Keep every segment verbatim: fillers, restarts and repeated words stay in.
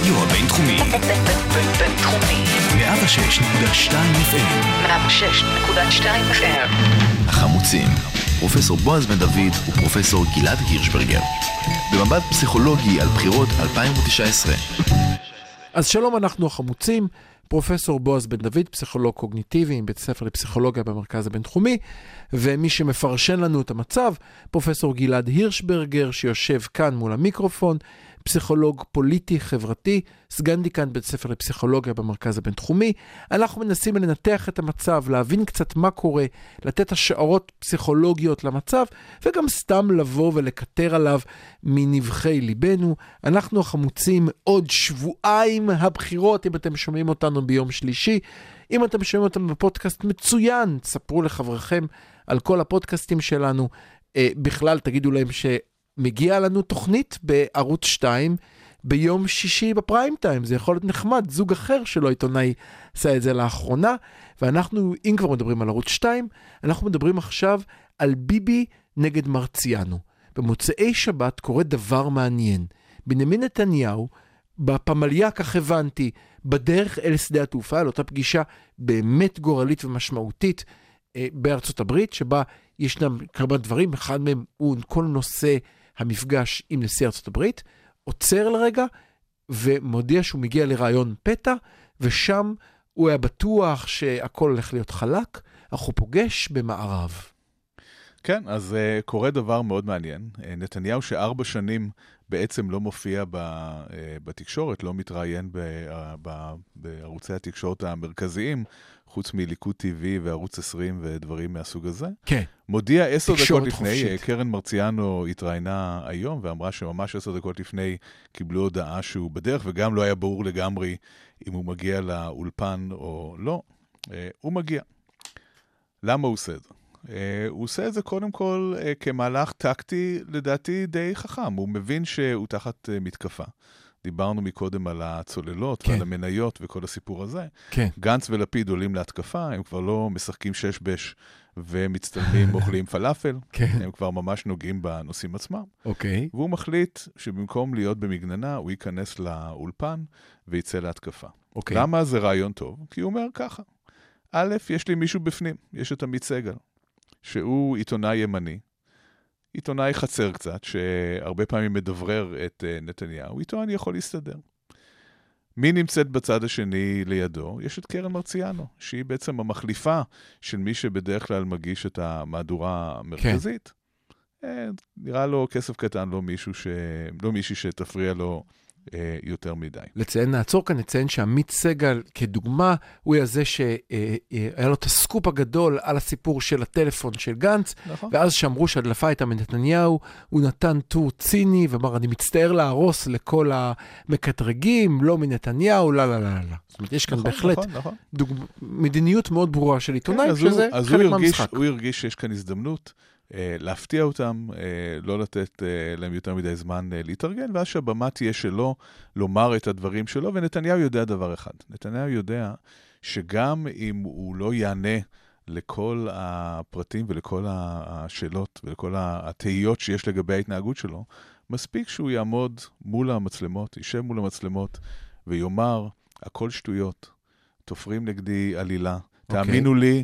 הרדיו הבינתחומי. בינתחומי. מאה ושש נקודה שתיים אף אם. מאה ושש נקודה שתיים אף אם. החמוצים. פרופסור בועז בן דוד ופרופסור גלעד הירשברגר. במבט פסיכולוגי על בחירות אלפיים תשע עשרה. אז שלום, אנחנו החמוצים. פרופסור בועז בן דוד, פסיכולוג קוגניטיבי עם בית ספר לפסיכולוגיה במרכז הבינתחומי, ומי שמפרשן לנו את המצב, פרופסור גלעד הירשברגר, שיושב כאן מול המיקרופון, פסיכולוג פוליטי חברתי, סגן דיקן בית ספר לפסיכולוגיה במרכז הבינתחומי. אנחנו מנסים לנתח את המצב, להבין קצת מה קורה, לתת השערות פסיכולוגיות למצב, וגם סתם לבוא ולקטר עליו מנבחי ליבנו. אנחנו החמוצים עוד שבועיים הבחירות, אם אתם שומעים אותנו ביום שלישי. אם אתם שומעים אותנו בפודקאסט מצוין, ספרו לחבריכם על כל הפודקאסטים שלנו. אה, בכלל תגידו להם ש... מגיע לנו תוכנית בערוץ שתיים ביום שישי בפריים טיים. זה יכול להיות נחמד, זוג אחר שלא עיתונאי עשה את זה לאחרונה. ואנחנו, אם כבר מדברים על ערוץ שתיים, אנחנו מדברים עכשיו על ביבי נגד מרציאנו. במוצאי שבת קורה דבר מעניין. בנימין נתניהו, בפמליה, כך הבנתי, בדרך אל שדה התעופה, על אותה פגישה באמת גורלית ומשמעותית אה, בארצות הברית, שבה ישנם כמה דברים, אחד מהם הוא כל נושא המפגש עם נשיא ארצות הברית, עוצר לרגע ומודיע שהוא מגיע לרעיון פתע, ושם הוא היה בטוח שהכל הולך להיות חלק, אך הוא פוגש במערב. כן, אז uh, קורה דבר מאוד מעניין. Uh, נתניהו שארבע שנים בעצם לא מופיע ב, uh, בתקשורת, לא מתראיין ב, uh, ב, בערוצי התקשורת המרכזיים, חוץ מליקוד טבעי וערוץ עשרים ודברים מהסוג הזה. כן. מודיע עשר דקות לפני, קרן מרציאנו התראיינה היום, ואמרה שממש עשר דקות לפני קיבלו הודעה שהוא בדרך, וגם לא היה ברור לגמרי אם הוא מגיע לאולפן או לא. Uh, הוא מגיע. למה הוא עושה את זה? Uh, הוא עושה את זה קודם כל uh, כמהלך טקטי, לדעתי די חכם. הוא מבין שהוא תחת uh, מתקפה. דיברנו מקודם על הצוללות כן. ועל המניות וכל הסיפור הזה. כן. גנץ ולפיד עולים להתקפה, הם כבר לא משחקים שש בש ומצטלמים אוכלים פלאפל. כן. הם כבר ממש נוגעים בנושאים עצמם. אוקיי. והוא מחליט שבמקום להיות במגננה, הוא ייכנס לאולפן ויצא להתקפה. אוקיי. למה זה רעיון טוב? כי הוא אומר ככה. א', יש לי מישהו בפנים, יש את עמית סגל. שהוא עיתונאי ימני, עיתונאי חצר קצת, שהרבה פעמים מדברר את uh, נתניהו, איתו אני יכול להסתדר. מי נמצאת בצד השני לידו? יש את קרן מרציאנו, שהיא בעצם המחליפה של מי שבדרך כלל מגיש את המהדורה המרכזית. כן. אה, נראה לו כסף קטן, לא, מישהו ש... לא מישהי שתפריע לו אה, יותר מדי. לציין, נעצור כאן, נציין שעמית סגל כדוגמה, הוא היה זה שהיה לו את הסקופ הגדול על הסיפור של הטלפון של גנץ, נכון. ואז שאמרו שהדלפה הייתה מנתניהו, הוא נתן טור ציני, ואמר, אני מצטער להרוס לכל המקטרגים, לא מנתניהו, לא, לא, לא, לא. זאת אומרת, יש כאן נכון, בהחלט נכון, נכון. דוג... מדיניות מאוד ברורה של עיתונאים, כן, שזה אז חלק הוא הרגיש, מהמשחק. הוא הרגיש שיש כאן הזדמנות, להפתיע אותם, לא לתת להם יותר מדי זמן להתארגן, ואז שהבמה תהיה שלו, לומר את הדברים שלו, ונתניהו יודע דבר אחד. נתניהו יודע שגם אם הוא לא יענה לכל הפרטים ולכל השאלות ולכל התהיות שיש לגבי ההתנהגות שלו, מספיק שהוא יעמוד מול המצלמות, יישב מול המצלמות, ויאמר, הכל שטויות, תופרים נגדי עלילה, תאמינו לי,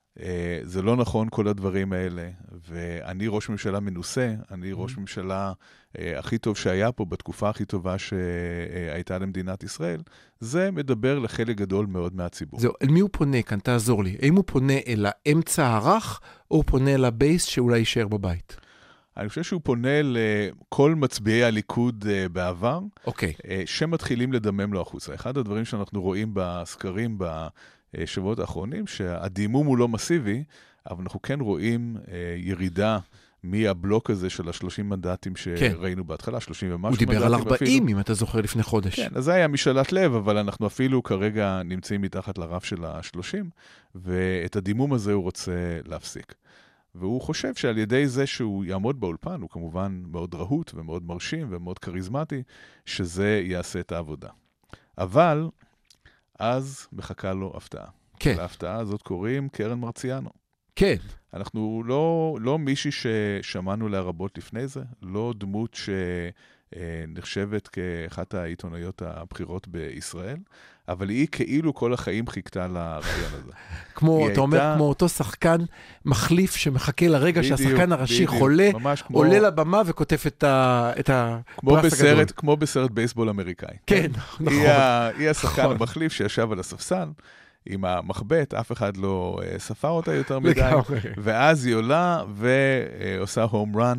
זה לא נכון כל הדברים האלה, ואני ראש ממשלה מנוסה, אני ראש ממשלה הכי טוב שהיה פה, בתקופה הכי טובה שהייתה למדינת ישראל, זה מדבר לחלק גדול מאוד מהציבור. זהו, אל מי הוא פונה כאן? תעזור לי. האם הוא פונה אל האמצע הרך, או הוא פונה אל הבייס שאולי יישאר בבית? אני חושב שהוא פונה לכל מצביעי הליכוד בעבר, okay. שמתחילים לדמם לו החוצה. אחד הדברים שאנחנו רואים בסקרים בשבועות האחרונים, שהדימום הוא לא מסיבי, אבל אנחנו כן רואים ירידה מהבלוק הזה של השלושים מנדטים שראינו כן. בהתחלה, שלושים ומשהו מנדטים. הוא דיבר על ארבעים, אפילו... אם אתה זוכר, לפני חודש. כן, אז זה היה משאלת לב, אבל אנחנו אפילו כרגע נמצאים מתחת לרף של ה-שלושים, ואת הדימום הזה הוא רוצה להפסיק. והוא חושב שעל ידי זה שהוא יעמוד באולפן, הוא כמובן מאוד רהוט ומאוד מרשים ומאוד קריזמטי, שזה יעשה את העבודה. אבל אז מחכה לו הפתעה. כן. להפתעה הזאת קוראים קרן מרציאנו. כן. אנחנו לא, לא מישהי ששמענו לה רבות לפני זה, לא דמות שנחשבת כאחת העיתונאיות הבכירות בישראל, אבל היא כאילו כל החיים חיכתה לרעיון הזה. כמו, אתה אומר, כמו אותו שחקן מחליף שמחכה לרגע שהשחקן הראשי חולה, עולה לבמה וכותב את הפרס הגדול. כמו בסרט בייסבול אמריקאי. כן, נכון. היא השחקן המחליף שישב על הספסל, עם המחבט, אף אחד לא ספר אותה יותר מדי, ואז היא עולה ועושה הום רן,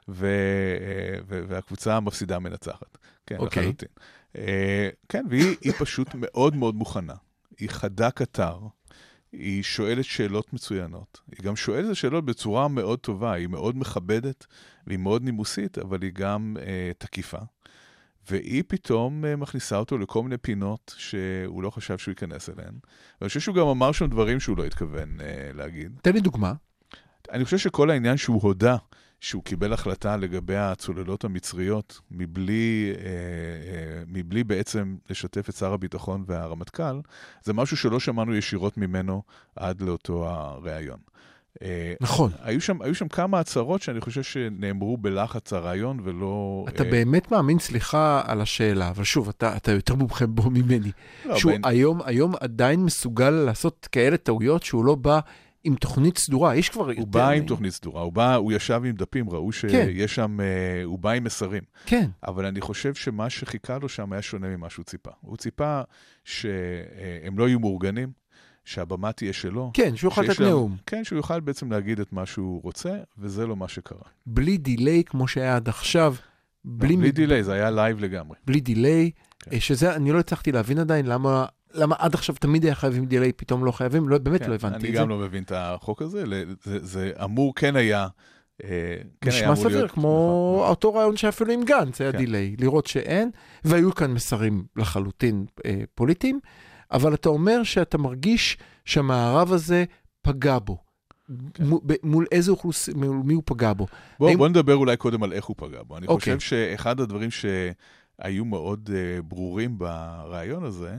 והקבוצה מפסידה מנצחת. כן, לחלוטין. כן, והיא פשוט מאוד מאוד מוכנה. היא חדה קטר, היא שואלת שאלות מצוינות. היא גם שואלת שאלות בצורה מאוד טובה, היא מאוד מכבדת, והיא מאוד נימוסית, אבל היא גם תקיפה. והיא פתאום מכניסה אותו לכל מיני פינות שהוא לא חשב שהוא ייכנס אליהן. ואני חושב שהוא גם אמר שם דברים שהוא לא התכוון להגיד. תן לי דוגמה. אני חושב שכל העניין שהוא הודע, שהוא קיבל החלטה לגבי הצוללות המצריות, מבלי, אה, אה, מבלי בעצם לשתף את שר הביטחון והרמטכ"ל, זה משהו שלא שמענו ישירות ממנו עד לאותו הרעיון. נכון. היו שם, היו שם כמה הצהרות שאני חושב שנאמרו בלחץ הרעיון ולא... אתה באמת מאמין, סליחה על השאלה, אבל שוב, אתה, אתה יותר מומחה בו ממני, לא, שהוא בין... היום, היום עדיין מסוגל לעשות כאלה טעויות שהוא לא בא עם תוכנית סדורה, יש כבר... הוא בא עם תוכנית סדורה, הוא בא, הוא ישב עם דפים, ראו שיש שם, הוא בא עם מסרים. כן. אבל אני חושב שמה שחיכה לו שם היה שונה ממה שהוא ציפה. הוא ציפה שהם לא יהיו מאורגנים, שהבמה תהיה שלו. כן, שהוא יוכל לתת נאום. כן, שהוא יוכל בעצם להגיד את מה שהוא רוצה, וזה לא מה שקרה. בלי דיליי, כמו שהיה עד עכשיו. בלי, בלי דיליי, זה היה לייב לגמרי. בלי דיליי, כן. שזה, אני לא הצלחתי להבין עדיין למה, למה עד עכשיו תמיד היה חייבים דיליי, פתאום לא חייבים, לא, באמת כן, לא הבנתי את זה. אני גם לא מבין את החוק הזה, זה, זה אמור, כן היה... נשמע סביר, כמו אותו רעיון שאפילו עם גנץ, היה דיליי, לראות שאין, והיו כאן מסרים לחלוטין פוליטיים, אבל אתה אומר שאתה מרגיש שהמערב הזה פגע בו. מול איזה אוכלוסייה, מול מי הוא פגע בו? בוא נדבר אולי קודם על איך הוא פגע בו. אני חושב שאחד הדברים שהיו מאוד ברורים ברעיון הזה,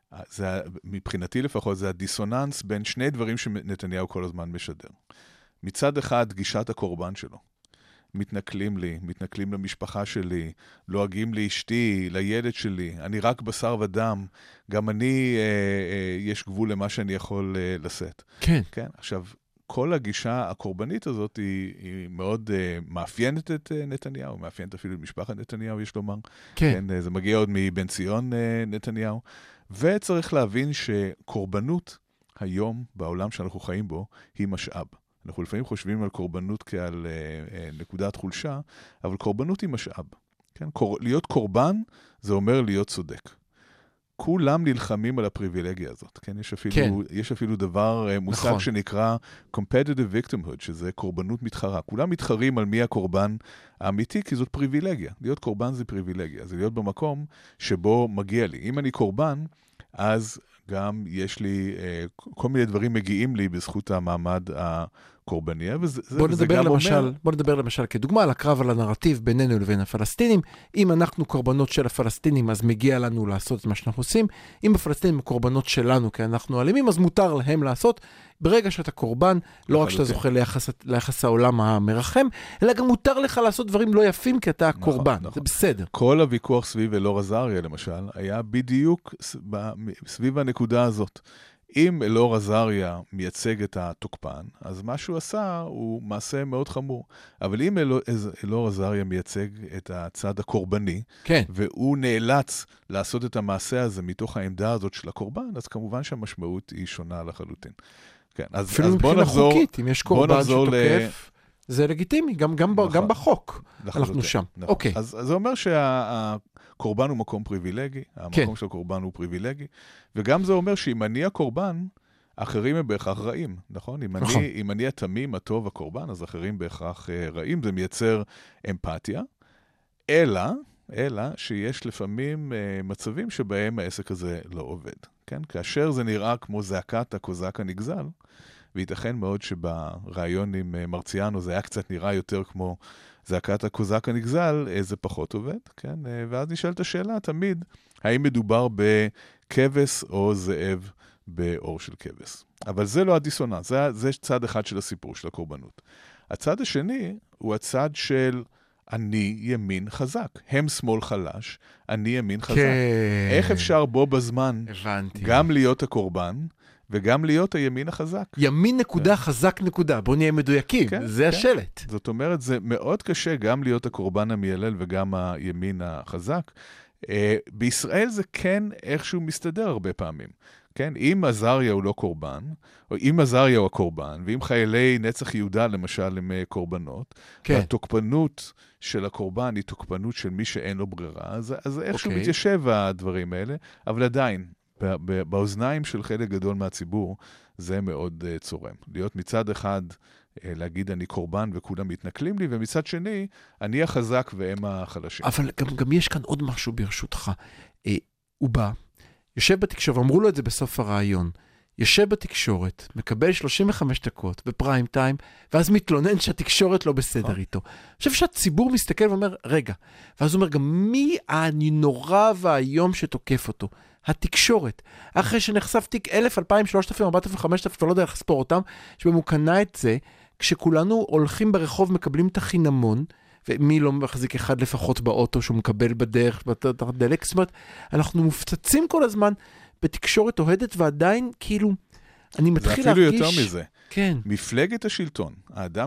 מבחינתי לפחות, זה הדיסוננס בין שני דברים שנתניהו כל הזמן משדר. מצד אחד, גישת הקורבן שלו. מתנכלים לי, מתנכלים למשפחה שלי, לועגים לאשתי, לילד שלי, אני רק בשר ודם, גם אני, אה, אה, יש גבול למה שאני יכול אה, לשאת. כן. כן, עכשיו, כל הגישה הקורבנית הזאת היא, היא מאוד אה, מאפיינת את אה, נתניהו, מאפיינת אפילו את משפחת נתניהו, יש לומר. כן. כן, אה, זה מגיע עוד מבן ציון אה, נתניהו, וצריך להבין שקורבנות היום, בעולם שאנחנו חיים בו, היא משאב. אנחנו לפעמים חושבים על קורבנות כעל אה, אה, נקודת חולשה, אבל קורבנות היא משאב. כן? קור... להיות קורבן זה אומר להיות צודק. כולם נלחמים על הפריבילגיה הזאת. כן? יש אפילו, כן. יש אפילו דבר, אה, מושג נכון. שנקרא competitive victimhood, שזה קורבנות מתחרה. כולם מתחרים על מי הקורבן האמיתי, כי זאת פריבילגיה. להיות קורבן זה פריבילגיה. זה להיות במקום שבו מגיע לי. אם אני קורבן, אז גם יש לי, אה, כל מיני דברים מגיעים לי בזכות המעמד הקורבניה, וזה, בוא וזה נדבר גם למשל, אומר... בוא נדבר למשל כדוגמה, על הקרב על הנרטיב בינינו לבין הפלסטינים. אם אנחנו קורבנות של הפלסטינים, אז מגיע לנו לעשות את מה שאנחנו עושים. אם הפלסטינים הם קורבנות שלנו, כי אנחנו אלימים, אז מותר להם לעשות. ברגע שאתה קורבן, לא רק שאתה זוכה ליחס, ליחס העולם המרחם, אלא גם מותר לך לעשות דברים לא יפים, כי אתה נכון, קורבן. נכון. זה בסדר. כל הוויכוח סביב אלאור עזריה, למשל, היה בדיוק סביב הנקודה הזאת. אם אלאור עזריה מייצג את התוקפן, אז מה שהוא עשה הוא מעשה מאוד חמור. אבל אם אלאור עזריה מייצג את הצד הקורבני, כן. והוא נאלץ לעשות את המעשה הזה מתוך העמדה הזאת של הקורבן, אז כמובן שהמשמעות היא שונה לחלוטין. כן, אז, אפילו אז בוא נחזור... חוקית, אם יש קורבן שתוקף, ל... זה לגיטימי, גם, גם, נכון, גם בחוק. לחלוטין, אנחנו שם. נכון. אוקיי. אז, אז זה אומר שהקורבן הוא מקום פריבילגי, המקום כן. של הקורבן הוא פריבילגי, וגם זה אומר שאם אני הקורבן, אחרים הם בהכרח רעים, נכון? אם נכון. אני, אם אני התמים, הטוב, הקורבן, אז אחרים בהכרח רעים, זה מייצר אמפתיה, אלא, אלא שיש לפעמים מצבים שבהם העסק הזה לא עובד. כן? כאשר זה נראה כמו זעקת הקוזק הנגזל, וייתכן מאוד שברעיון עם מרציאנו זה היה קצת נראה יותר כמו זעקת הקוזק הנגזל, זה פחות עובד, כן? ואז נשאלת השאלה תמיד, האם מדובר בכבש או זאב באור של כבש. אבל זה לא הדיסוננס, זה, זה צד אחד של הסיפור של הקורבנות. הצד השני הוא הצד של אני ימין חזק. הם שמאל חלש, אני ימין חזק. כן. איך אפשר בו בזמן הבנתי. גם להיות הקורבן וגם להיות הימין החזק? ימין נקודה, חזק נקודה. בוא נהיה מדויקים, כן, זה כן. השלט. זאת אומרת, זה מאוד קשה גם להיות הקורבן המיילל וגם הימין החזק. Uh, בישראל זה כן איכשהו מסתדר הרבה פעמים. כן? אם עזריה הוא לא קורבן, או אם עזריה הוא הקורבן, ואם חיילי נצח יהודה למשל הם קורבנות, כן. והתוקפנות של הקורבן היא תוקפנות של מי שאין לו ברירה, אז, אז איכשהו אוקיי. מתיישב הדברים האלה, אבל עדיין, ב- ב- באוזניים של חלק גדול מהציבור, זה מאוד uh, צורם. להיות מצד אחד, uh, להגיד אני קורבן וכולם מתנכלים לי, ומצד שני, אני החזק והם החלשים. אבל גם, גם יש כאן עוד משהו ברשותך. אה, הוא בא, יושב בתקשורת, אמרו לו את זה בסוף הרעיון, יושב בתקשורת, מקבל שלושים וחמש דקות בפריים טיים, ואז מתלונן שהתקשורת לא בסדר איתו. אני חושב שהציבור מסתכל ואומר, רגע, ואז הוא אומר גם מי הנורא והיום שתוקף אותו? התקשורת. אחרי שנחשף תיק אלף, אלפיים, שלושת אלפים, ארבעת אלפים, חמשת אלפים, לא יודע איך לספור אותם, שבהם הוא קנה את זה, כשכולנו הולכים ברחוב, מקבלים את החינמון, ומי לא מחזיק אחד לפחות באוטו שהוא מקבל בדרך, בדלק, זאת אומרת, אנחנו מופצצים כל הזמן בתקשורת אוהדת, ועדיין כאילו, אני מתחיל להרגיש... זה אפילו יותר מזה. כן. מפלגת השלטון, האדם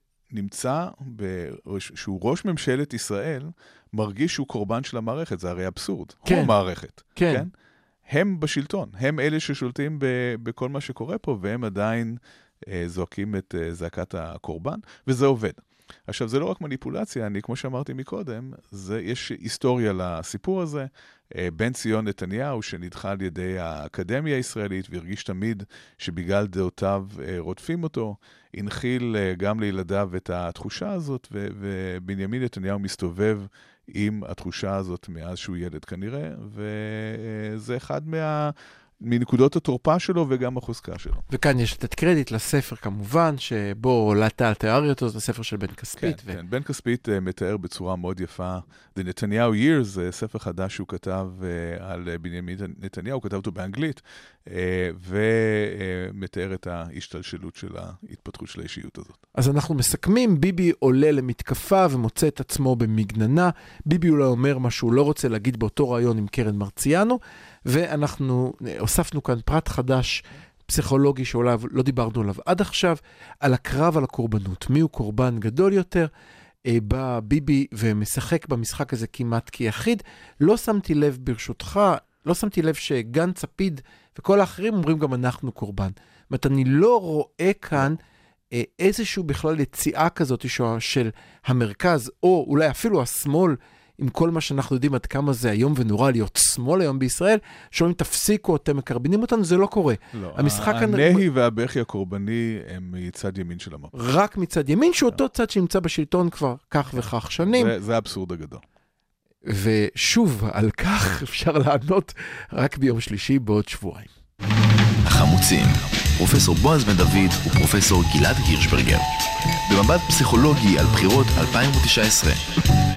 שנמצא, ב... שהוא ראש ממשלת ישראל, מרגיש שהוא קורבן של המערכת, זה הרי אבסורד. כן. הוא מערכת. כן. כן. הם בשלטון, הם אלה ששולטים ב... בכל מה שקורה פה, והם עדיין אה, זועקים את אה, זעקת הקורבן, וזה עובד. עכשיו, זה לא רק מניפולציה, אני, כמו שאמרתי מקודם, זה, יש היסטוריה לסיפור הזה. בן ציון נתניהו, שנדחה על ידי האקדמיה הישראלית, והרגיש תמיד שבגלל דעותיו רודפים אותו, הנחיל גם לילדיו את התחושה הזאת, ו- ובנימין נתניהו מסתובב עם התחושה הזאת מאז שהוא ילד כנראה, וזה אחד מה... מנקודות התורפה שלו וגם החוזקה שלו. וכאן יש לתת קרדיט לספר כמובן, שבו לטל תיאר אותו, זה ספר של בן כספית. כן, ו... כן. בן כספית uh, מתאר בצורה מאוד יפה, The Netanyahu Years, זה ספר חדש שהוא כתב uh, על uh, בנימין נתניהו, הוא כתב אותו באנגלית, uh, ומתאר uh, את ההשתלשלות של ההתפתחות של האישיות הזאת. אז אנחנו מסכמים, ביבי עולה למתקפה ומוצא את עצמו במגננה, ביבי אולי אומר מה שהוא לא רוצה להגיד באותו רעיון עם קרן מרציאנו, ואנחנו הוספנו כאן פרט חדש פסיכולוגי שאולי לא דיברנו עליו עד עכשיו, על הקרב על הקורבנות. מי הוא קורבן גדול יותר? בא ביבי ומשחק במשחק הזה כמעט כיחיד. לא שמתי לב ברשותך, לא שמתי לב שגנץ, לפיד וכל האחרים אומרים גם אנחנו קורבן. זאת אומרת, אני לא רואה כאן איזשהו בכלל יציאה כזאת של המרכז, או אולי אפילו השמאל, עם כל מה שאנחנו יודעים עד כמה זה היום ונורא להיות שמאל היום בישראל, שאומרים תפסיקו, אתם מקרבנים אותנו, זה לא קורה. לא, המשחק הנהי והבכי הקורבני הם מצד ימין של המפה. רק מצד ימין, שאותו צד שנמצא בשלטון כבר כך וכך שנים. זה, זה האבסורד הגדול. ושוב, על כך אפשר לענות רק ביום שלישי בעוד שבועיים. החמוצים, פרופסור בועז בן דוד ופרופסור גלעד הירשברגר. במבט פסיכולוגי על בחירות אלפיים תשע עשרה.